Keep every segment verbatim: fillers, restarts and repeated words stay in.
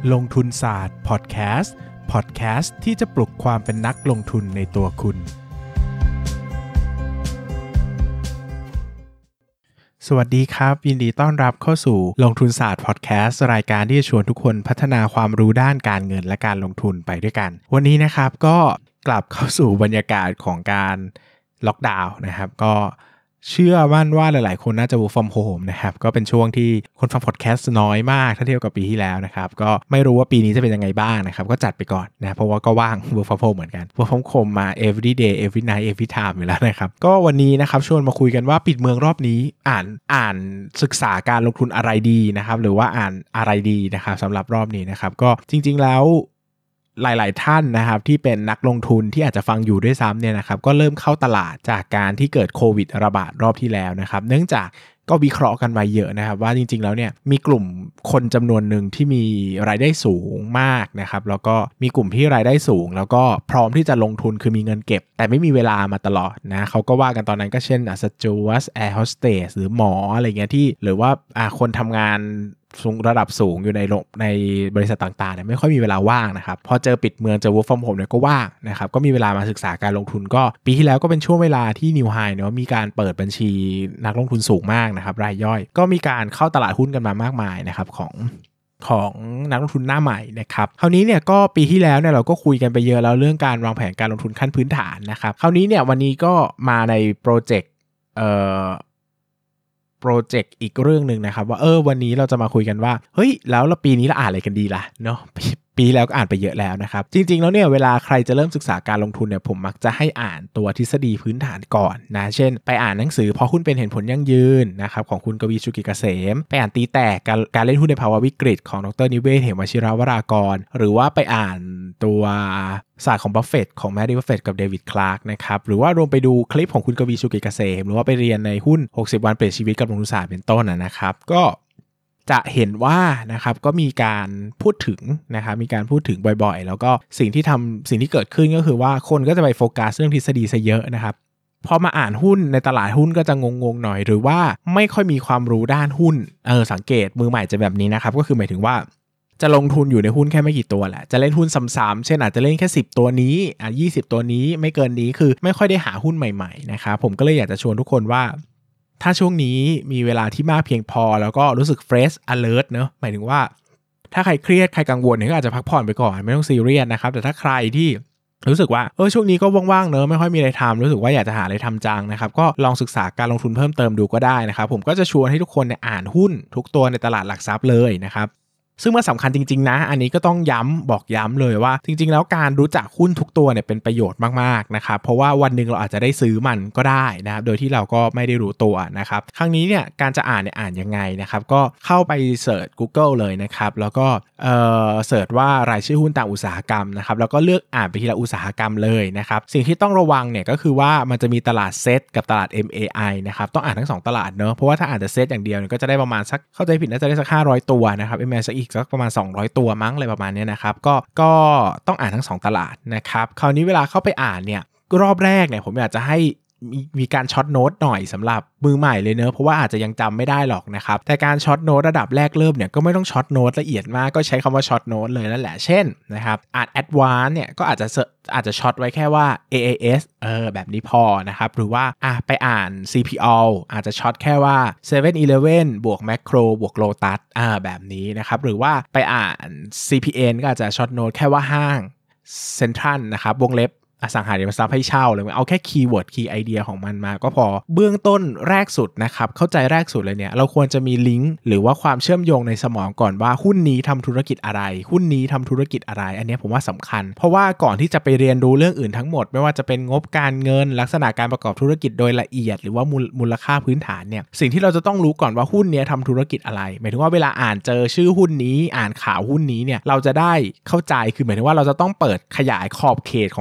ลงทุนศาสตร์พอดแคสต์พอดแคสต์ที่จะปลุกความเป็นนักลงทุนในตัวคุณสวัสดีครับยินดีต้อนรับเข้าสู่ลงทุนศาสตร์พอดแคสต์รายการที่จะชวนทุกคนพัฒนาความรู้ด้านการเงินและการลงทุนไปด้วยกันวันนี้นะครับก็กลับเข้าสู่บรรยากาศของการล็อกดาวน์นะครับก็เชื่อมั่นว่าหลายๆคนน่าจะ work from home นะครับก็เป็นช่วงที่คนฟังพอดแคสต์น้อยมากถ้าเทียบกับปีที่แล้วนะครับก็ไม่รู้ว่าปีนี้จะเป็นยังไงบ้างนะครับก็จัดไปก่อนนะเพราะว่าก็ว่าง work from home เหมือนกัน work from home มา every day every night every time อยู่แล้วนะครับก็วันนี้นะครับชวนมาคุยกันว่าปิดเมืองรอบนี้อ่านอ่านศึกษาการลงทุนอะไรดีนะครับหรือว่าอ่านอะไรดีนะครับสำหรับรอบนี้นะครับก็จริงๆแล้วหลายๆท่านนะครับที่เป็นนักลงทุนที่อาจจะฟังอยู่ด้วยซ้ำเนี่ยนะครับก็เริ่มเข้าตลาดจากการที่เกิดโควิดระบาดรอบที่แล้วนะครับเนื่องจากก็วิเคราะห์กันมาเยอะนะครับว่าจริงๆแล้วเนี่ยมีกลุ่มคนจำนวนหนึ่งที่มีรายได้สูงมากนะครับแล้วก็มีกลุ่มที่รายได้สูงแล้วก็พร้อมที่จะลงทุนคือมีเงินเก็บแต่ไม่มีเวลามาตลอดนะเขาก็ว่ากันตอนนั้นก็เช่นสจ๊วตแอร์โฮสเตสหรือหมออะไรเงี้ยที่หรือว่าอ่าคนทำงานสูงระดับสูงอยู่ในในบริษัทต่างๆเนี่ยไม่ค่อยมีเวลาว่างนะครับพอเจอปิดเมืองเจอ work from home เนี่ยก็ว่างนะครับก็มีเวลามาศึกษาการลงทุนก็ปีที่แล้วก็เป็นช่วงเวลาที่ New High เนาะมีการเปิดบัญชีนักลงทุนสูงมากนะครับรายย่อยก็มีการเข้าตลาดหุ้นกันมามากมายนะครับของของนักลงทุนหน้าใหม่นะครับคราวนี้เนี่ยก็ปีที่แล้วเนี่ยเราก็คุยกันไปเยอะแล้วเรื่องการวางแผนการลงทุนขั้นพื้นฐานนะครับคราวนี้เนี่ยวันนี้ก็มาในโปรเจกต์เอ่อโปรเจกต์อีกเรื่องนึงนะครับว่าเออวันนี้เราจะมาคุยกันว่าเฮ้ยแล้วเราปีนี้เราอ่านอะไรกันดีล่ะเนาะปีแล้วก็อ่านไปเยอะแล้วนะครับจริงๆแล้วเนี่ยเวลาใครจะเริ่มศึกษาการลงทุนเนี่ยผมมักจะให้อ่านตัวทฤษฎีพื้นฐานก่อนนะเช่นไปอ่านหนังสือพอหุ้นเป็นเห็นผลยั่งยืนนะครับของคุณกวี ชูกิจเกษมไปอ่านตีแตกการการเล่นหุ้นในภาวะวิกฤตของดร.นิเวศน์ เหมวชิรวรากรหรือว่าไปอ่านตัวศาสตร์ของบัฟเฟตต์ของแมร์รีบัฟเฟตต์กับเดวิดคลาร์กนะครับหรือว่ารวมไปดูคลิปของคุณกวี ชูกิจเกษมหรือว่าไปเรียนในหุ้นหกสิบวันเปลี่ยนชีวิตกับลงทุนศาสตร์เป็นต้นนะครับก็จะเห็นว่านะครับก็มีการพูดถึงนะครับมีการพูดถึงบ่อยๆแล้วก็สิ่งที่ทำสิ่งที่เกิดขึ้นก็คือว่าคนก็จะไปโฟกัสเรื่องทฤษฎีซะเยอะนะครับพอมาอ่านหุ้นในตลาดหุ้นก็จะงงๆหน่อยหรือว่าไม่ค่อยมีความรู้ด้านหุ้นเออสังเกตมือใหม่จะแบบนี้นะครับก็คือหมายถึงว่าจะลงทุนอยู่ในหุ้นแค่ไม่กี่ตัวแหละจะเล่นหุ้นซ้ำๆเช่นอาจจะเล่นแค่สิบตัวนี้อ่ะยี่สิบตัวนี้ไม่เกินนี้คือไม่ค่อยได้หาหุ้นใหม่ๆนะครับผมก็เลยอยากจะชวนทุกคนว่าถ้าช่วงนี้มีเวลาที่มากเพียงพอแล้วก็รู้สึก fresh alert เนอะหมายถึงว่าถ้าใครเครียดใครกังวลเนี่ยก็อาจจะพักผ่อนไปก่อนไม่ต้องซีเรียสนะครับแต่ถ้าใครที่รู้สึกว่าเออช่วงนี้ก็ว่างๆเนอะไม่ค่อยมีอะไรทำรู้สึกว่าอยากจะหาอะไรทำจังนะครับก็ลองศึกษาการลงทุนเพิ่มเติมดูก็ได้นะครับผมก็จะชวนให้ทุกคนเนี่ยอ่านหุ้นทุกตัวในตลาดหลักทรัพย์เลยนะครับซึ่งมันสำคัญจริงๆนะอันนี้ก็ต้องย้ำบอกย้ำเลยว่าจริงๆแล้วการรู้จักหุ้นทุกตัวเนี่ยเป็นประโยชน์มากๆนะครับเพราะว่าวันหนึ่งเราอาจจะได้ซื้อมันก็ได้นะครับโดยที่เราก็ไม่ได้รู้ตัวนะครับครั้งนี้เนี่ยการจะอ่านเนี่ยอ่านยังไงนะครับก็เข้าไปเสิร์ช Google เลยนะครับแล้วก็เอ่อเสิร์ชว่ารายชื่อหุ้นตามอุตสาหกรรมนะครับแล้วก็เลือกอ่านไปทีละอุตสาหกรรมเลยนะครับสิ่งที่ต้องระวังเนี่ยก็คือว่ามันจะมีตลาดเซตกับตลาด เอ็ม เอ ไอ นะครับต้องอ่านทั้งสองตลาดเนอะเพราะว่าถ้าอ่านแต่เซตอย่างเดียวเนี่ยก็จะได้ประมาณสักเข้าใจผิดน่าจะได้สักห้าร้อยตัวนะครับ เอ็ม เอ ไอ สักอีกสักประมาณสองร้อยตัวมั้งอะไรประมาณนี้นะครับก็ก็ต้องอ่านทั้งสองตลาดนะครับคราวนี้เวลาเข้าไปอ่านเนี่ยรอบแรกเนี่ยผมอยากจะให้มีมีการช็อตโน้ตหน่อยสำหรับมือใหม่เลยเนอะเพราะว่าอาจจะยังจำไม่ได้หรอกนะครับแต่การช็อตโน้ตระดับแรกเริ่มเนี่ยก็ไม่ต้องช็อตโน้ตละเอียดมากก็ใช้คำว่าช็อตโน้ตเลยนั่นแหละเช่นนะครับอ่านแอดวานซ์เนี่ยก็อาจจะอาจจะช็อตไว้แค่ว่า เอ เอ เอส เออแบบนี้พอนะครับหรือว่าอ่ะไปอ่าน ซี พี โอ อาจจะช็อตแค่ว่า เซเว่น อีเลฟเว่น บวก Macro บวก Lotus อ่าแบบนี้นะครับหรือว่าไปอ่าน ซี พี เอ็น ก็อาจจะช็อตโน้ตแค่ว่าห้างเซ็นทรัลนะครับวงเล็บอสังหาริมทรัพย์ให้เช่าเลยเอาแค่คีย์เวิร์ดคีย์ไอเดียของมันมาก็พอเบื้องต้นแรกสุดนะครับเข้าใจแรกสุดเลยเนี่ยเราควรจะมีลิงก์หรือว่าความเชื่อมโยงในสมองก่อนว่าหุ้นนี้ทำธุรกิจอะไรหุ้นนี้ทำธุรกิจอะไรอันนี้ผมว่าสำคัญเพราะว่าก่อนที่จะไปเรียนรู้เรื่องอื่นทั้งหมดไม่ว่าจะเป็นงบการเงินลักษณะการประกอบธุรกิจโดยละเอียดหรือว่ามูลค่าพื้นฐานเนี่ยสิ่งที่เราจะต้องรู้ก่อนว่าหุ้นนี้ทำธุรกิจอะไรหมายถึงว่าเวลาอ่านเจอชื่อหุ้นนี้อ่านข่าวหุ้นนี้เนี่ยเราจะได้เข้าใจคือหมายถึงว่าเราจะต้องเปิดขยายขอบเขตของความรู้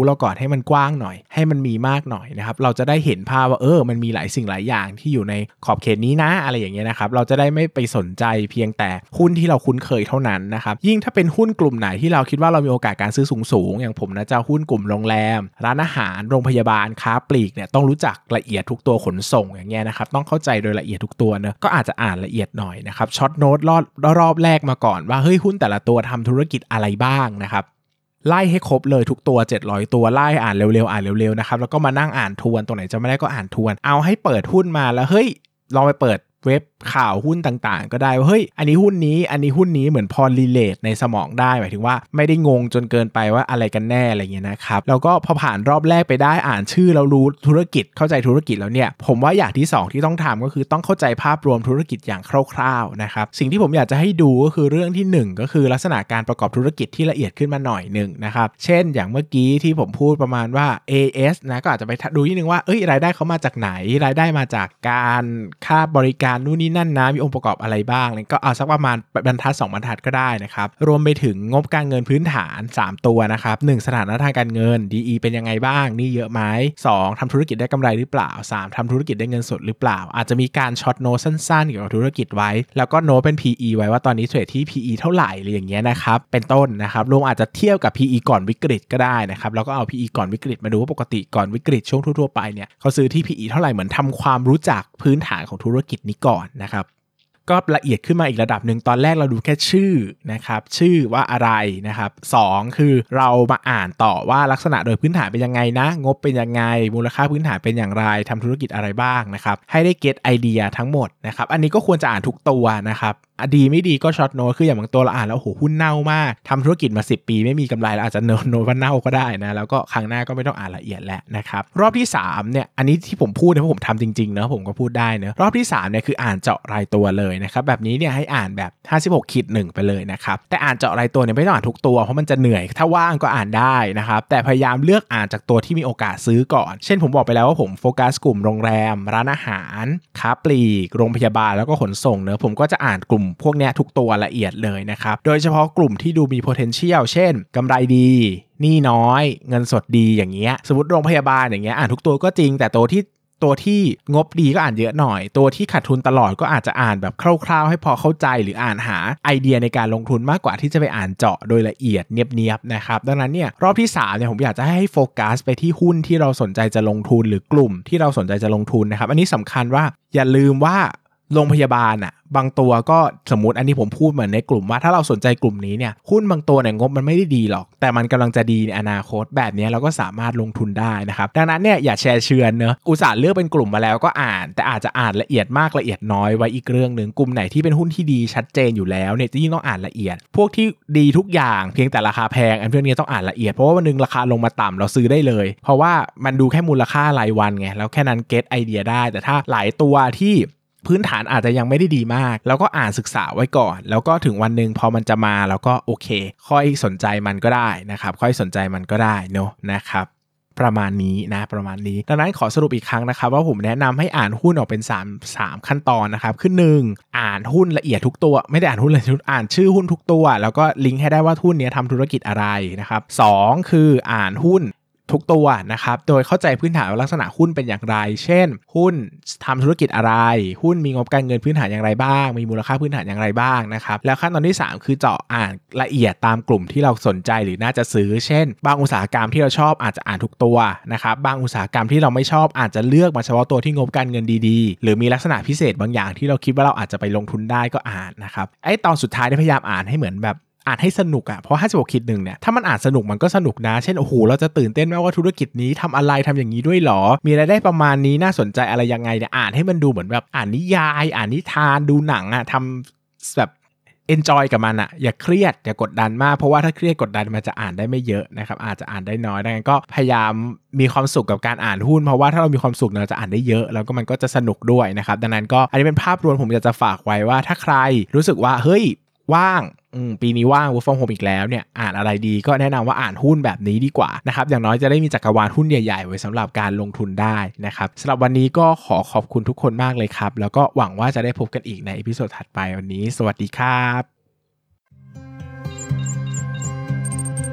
เราก่อนให้มันกว้างหน่อยให้มันมีมากหน่อยนะครับเราจะได้เห็นภาพว่าเออมันมีหลายสิ่งหลายอย่างที่อยู่ในขอบเขตนี้นะอะไรอย่างเงี้ยนะครับเราจะได้ไม่ไปสนใจเพียงแต่หุ้นที่เราคุ้นเคยเท่านั้นนะครับยิ่งถ้าเป็นหุ้นกลุ่มไหนที่เราคิดว่าเรามีโอกาสการซื้อสูงๆอย่างผมนะจะหุ้นกลุ่มโรงแรมร้านอาหารโรงพยาบาลค้าปลีกเนี่ยต้องรู้จักละเอียดทุกตัวขนส่งอย่างเงี้ยนะครับต้องเข้าใจโดยละเอียดทุกตัวเนอะก็อาจจะอ่านละเอียดหน่อยนะครับช็อตโน้ตรอบรอบแรกมาก่อนว่าเฮ้ยหุ้นแต่ละตัวทำธุรกิจอะไรบ้างนะครับไล่ให้ครบเลยทุกตัวเจ็ดร้อยตัวไล่อ่านเร็วๆอ่านเร็วๆนะครับแล้วก็มานั่งอ่านทวนตรงไหนจะไม่ได้ก็อ่านทวนเอาให้เปิดหุ้นมาแล้วเฮ้ยลองไปเปิดเว็บข่าวหุ้นต่างๆก็ได้ว่าเฮ้ยอันนี้หุ้นนี้อันนี้หุ้นนี้เหมือนพอรีเลทในสมองได้หมายถึงว่าไม่ได้งงจนเกินไปว่าอะไรกันแน่อะไรเงี้ยนะครับแล้วก็พอผ่านรอบแรกไปได้อ่านชื่อเรารู้ธุรกิจเข้าใจธุรกิจแล้วเนี่ยผมว่าอย่างที่สองที่ต้องทำก็คือต้องเข้าใจภาพรวมธุรกิจอย่างคร่าวๆนะครับสิ่งที่ผมอยากจะให้ดูก็คือเรื่องที่หนึ่งก็คือลักษณะการประกอบธุรกิจที่ละเอียดขึ้นมาหน่อยนึงนะครับเช่นอย่างเมื่อกี้ที่ผมพูดประมาณว่า เอ เอส นะก็อาจจะไปดูนิดนึงว่าเอ้ยรายได้เขามาจากไหนรายได้มาจากการค่าบริการนู่นนี่นั่นนะมีองค์ประกอบอะไรบ้างก็เอาสักประมาณบรรทัดสองบรรทัดก็ได้นะครับรวมไปถึงงบการเงินพื้นฐานสามตัวนะครับหนึ่งสถานะทางการเงิน ดี อี เป็นยังไงบ้างนี่เยอะไหมสองทำธุรกิจได้กำไรหรือเปล่าสามทำธุรกิจได้เงินสดหรือเปล่าอาจจะมีการช็อตโน้ตสั้นๆเกี่ยวกับธุรกิจไว้แล้วก็โน้ตเป็น พี อี ไว้ว่าตอนนี้เทรดที่ พี อี เท่าไหร่อะไรอย่างเงี้ยนะครับเป็นต้นนะครับรวมอาจจะเทียบกับ พี อี ก่อนวิกฤตก็ได้นะครับแล้วก็เอา พี อี ก่อนวิกฤตมาดูว่าปกติก่อนวิกฤตช่วงทั่วๆไปเนี่ยเขาซื้อที่ พี อี เท่าไหร่เหมือนทำความรู้จักพื้นฐานของธุรกิจนี้ก่อนนะครับก็ละเอียดขึ้นมาอีกระดับหนึ่งตอนแรกเราดูแค่ชื่อนะครับชื่อว่าอะไรนะครับสองคือเรามาอ่านต่อว่าลักษณะโดยพื้นฐานเป็นยังไงนะงบเป็นยังไงมูลค่าพื้นฐานเป็นอย่างไรทำธุรกิจอะไรบ้างนะครับให้ได้เก็ตไอเดียทั้งหมดนะครับอันนี้ก็ควรจะอ่านทุกตัวนะครับดีไม่ดีก็ช็อตโน้ตคืออย่างบางตัวเราอ่านแล้วโหหุ้นเน่ามากทำธุรกิจมาสิบปีไม่มีกำไรแล้วอาจจะโน้ตโน้ตว่าเน่าก็ได้นะแล้วก็ครั้งหน้าก็ไม่ต้องอ่านละเอียดแล้วนะครับรอบที่สามเนี่ยอันนี้ที่ผมพูดเนี่ยเพราะผมทำจริงๆเนอะผมก็พูดได้เนอะรอบที่สามเนี่ยคืออ่านเจาะรายตัวเลยนะครับแบบนี้เนี่ยให้อ่านแบบห้าสิบหกขีดหนึ่งไปเลยนะครับแต่อ่านเจาะรายตัวเนี่ยไม่ต้องอ่านทุกตัวเพราะมันจะเหนื่อยถ้าว่างก็อ่านได้นะครับแต่พยายามเลือกอ่านจากตัวที่มีโอกาสซื้อก่อนเช่นผมบอกไปแล้วว่าผมโฟกัสกลุ่มโรงแรมร้านอาหารค้าปลีกโรงพยาบาลแล้วก็ขนส่งเนอะผมก็จะอ่านกลุ่มพวกเนี้ยทุกตัวละเอียดเลยนะครับโดยเฉพาะกลุ่มที่ดูมี potential เช่นกำไรดีหนี้น้อยเงินสดดีอย่างเงี้ยสมมติโรงพยาบาลอย่างเงี้ยอ่านทุกตัวก็จริงแต่ตัวที่ตัวที่งบดีก็อ่านเยอะหน่อยตัวที่ขาดทุนตลอดก็อาจจะอ่านแบบคร่าวๆให้พอเข้าใจหรืออ่านหาไอเดียในการลงทุนมากกว่าที่จะไปอ่านเจาะโดยละเอียดเนียบๆนะครับดังนั้นเนี่ยรอบที่สามเนี่ยผมอยากจะให้โฟกัสไปที่หุ้นที่เราสนใจจะลงทุนหรือกลุ่มที่เราสนใจจะลงทุนนะครับอันนี้สำคัญว่าอย่าลืมว่าโรงพยาบาลอ่ะบางตัวก็สมมติอันนี้ผมพูดเหมือนในกลุ่มว่าถ้าเราสนใจกลุ่มนี้เนี่ยหุ้นบางตัวเนี่ยงบมันไม่ได้ดีหรอกแต่มันกำลังจะดีในอนาคตแบบนี้เราก็สามารถลงทุนได้นะครับดังนั้นเนี่ยอย่าแชร์เชือนเนอะอุตส่าห์เลือกเป็นกลุ่มมาแล้วก็อ่านแต่อาจจะอ่านละเอียดมากละเอียดน้อยไว้อีกเรื่องนึงกลุ่มไหนที่เป็นหุ้นที่ดีชัดเจนอยู่แล้วเนี่ยจะยิ่งต้องอ่านละเอียดพวกที่ดีทุกอย่างเพียงแต่ราคาแพงอันพวกนี้ต้องอ่านละเอียดเพราะว่าวันนึงราคาลงมาต่ำเราซื้อได้เลยเพราะว่ามันดูแค่มูลค่ารายวันไงแล้วแค่นั้นเก็ตไอเดียได้แต่ถ้าหลายตัวที่พื้นฐานอาจจะยังไม่ได้ดีมากแล้วก็อ่านศึกษาไว้ก่อนแล้วก็ถึงวันนึงพอมันจะมาแล้วก็โอเคค่อยสนใจมันก็ได้นะครับค่อยสนใจมันก็ได้เนาะนะครับประมาณนี้นะประมาณนี้ดังนั้นขอสรุปอีกครั้งนะครับว่าผมแนะนำให้อ่านหุ้นออกเป็น3 3ขั้นตอนนะครับคือหนึ่งอ่านหุ้นละเอียดทุกตัวไม่ได้อ่านหุ้นเลยอ่านชื่อหุ้นทุกตัวแล้วก็ลิงก์ให้ได้ว่าหุ้นนี้ทำธุรกิจอะไรนะครับสองคืออ่านหุ้นทุกตัวนะครับโดยเข้าใจพื้นฐานลักษณะหุ้นเป็นอย่างไรเช่นหุ้นทำธุรกิจอะไรหุ้นมีงบการเงินพื้นฐานอย่างไรบ้างมีมูลค่าพื้นฐานอย่างไรบ้างนะครับแล้วขั้นตอนที่สามคือเจาะอ่านละเอียดตามกลุ่มที่เราสนใจหรือน่าจะซื้อเช่นบางอุตสาหกรรมที่เราชอบอาจจะอ่านทุกตัวนะครับบางอุตสาหกรรมที่เราไม่ชอบอาจจะเลือกมาเฉพาะตัวที่งบการเงินดีๆหรือมีลักษณะพิเศษบางอย่างที่เราคิดว่าเราอาจจะไปลงทุนได้ก็อ่านนะครับไอ้ตอนสุดท้ายพยายามอ่านให้เหมือนแบบอ่านให้สนุกอ่ะเพราะห้าสิบหกขีดหนึ่งเนี่ยถ้ามันอ่านสนุกมันก็สนุกนะเช่นโอ้โหเราจะตื่นเต้นมากว่าธุรกิจนี้ทำอะไรทำอย่างนี้ด้วยหรอมีรายได้ประมาณนี้น่าสนใจอะไรยังไงเนี่ยอ่านให้มันดูเหมือนแบบอ่านนิยายอ่านนิทานดูหนังอ่ะทำแบบ enjoy กับมันอ่ะอย่าเครียดอย่ากดดันมากเพราะว่าถ้าเครียดกดดันมันจะอ่านได้ไม่เยอะนะครับอาจจะอ่านได้น้อยดังนั้นก็พยายามมีความสุขกับการอ่านหุ้นเพราะว่าถ้าเรามีความสุขเราจะอ่านได้เยอะแล้วก็มันก็จะสนุกด้วยนะครับดังนั้นก็อันนี้เป็นภาพรวมผมอยากจะฝากไว้ว่าถ้าใครรู้สึกว่าเฮ้ยว่างปีนี้ว่าง work from home อีกแล้วเนี่ยอ่านอะไรดีก็แนะนำว่าอ่านหุ้นแบบนี้ดีกว่านะครับอย่างน้อยจะได้มีจักรวาลหุ้นใหญ่ๆไว้สำหรับการลงทุนได้นะครับสำหรับวันนี้ก็ขอขอบคุณทุกคนมากเลยครับแล้วก็หวังว่าจะได้พบกันอีกในเอพิโซดถัดไปวันนี้สวัสดีครับ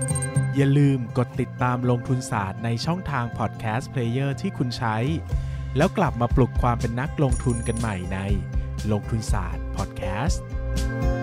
อย่าลืมกดติดตามลงทุนศาสตร์ในช่องทางพอดแคสต์เพลเยอร์ที่คุณใช้แล้วกลับมาปลุกความเป็นนักลงทุนกันใหม่ในลงทุนศาสตร์พอดแคสต์